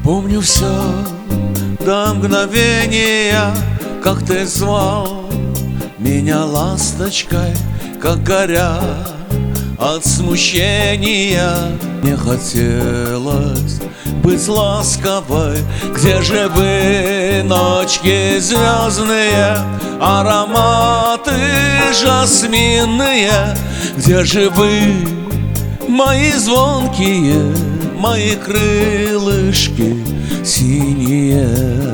Помню все до мгновения, как ты звал меня ласточкой, как горя от смущения. Мне хотелось быть ласковой. Где же вы, ночки звездные, ароматы жасминные? Где же вы, мои звонкие, мои крылышки синие?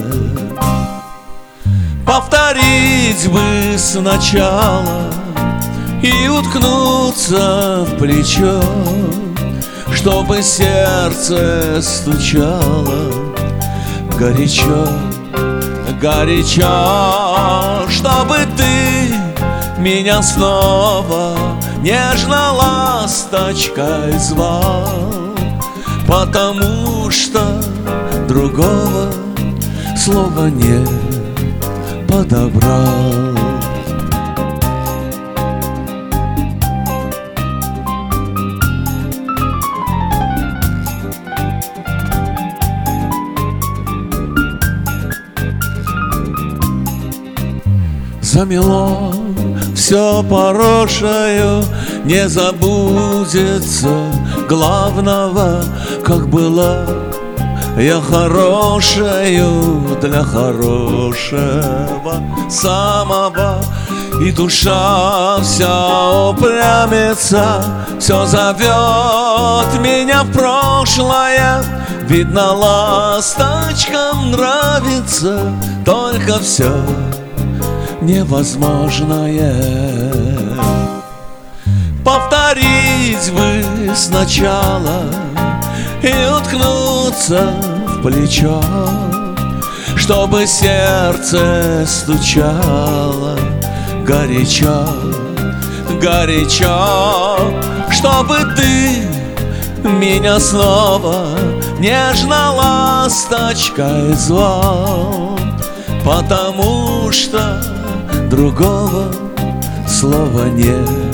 Повторить бы сначала и уткнуться в плечо, чтобы сердце стучало горячо, горячо, чтобы ты меня снова нежно ласточкой звал, потому что другого слова не подобрал. Замело все поросшую, не забудется главного, как была я хорошею для хорошего самого. И душа вся упрямится, все зовет меня в прошлое. Видно, ласточкам нравится только все невозможное. Повторить бы сначала и уткнуться в плечо, чтобы сердце стучало горячо, горячо, чтобы ты меня снова нежно ласточкой звал, потому что другого слова не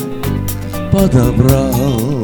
подобрал.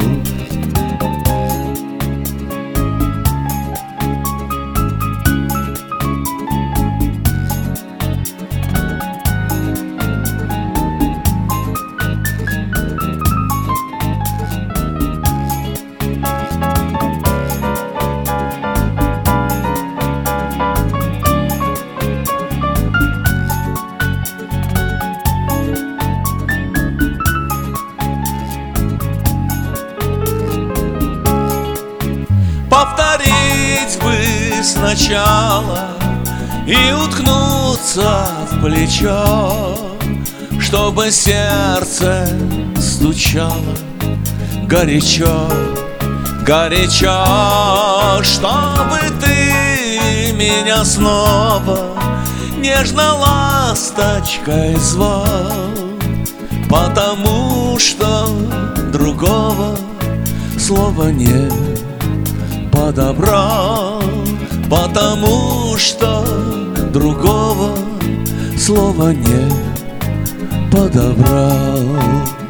Повторить бы сначала и уткнуться в плечо, чтобы сердце стучало горячо, горячо, чтобы ты меня снова нежно ласточкой звал, потому что другого слова не подобрал, потому что другого слова не подобрал.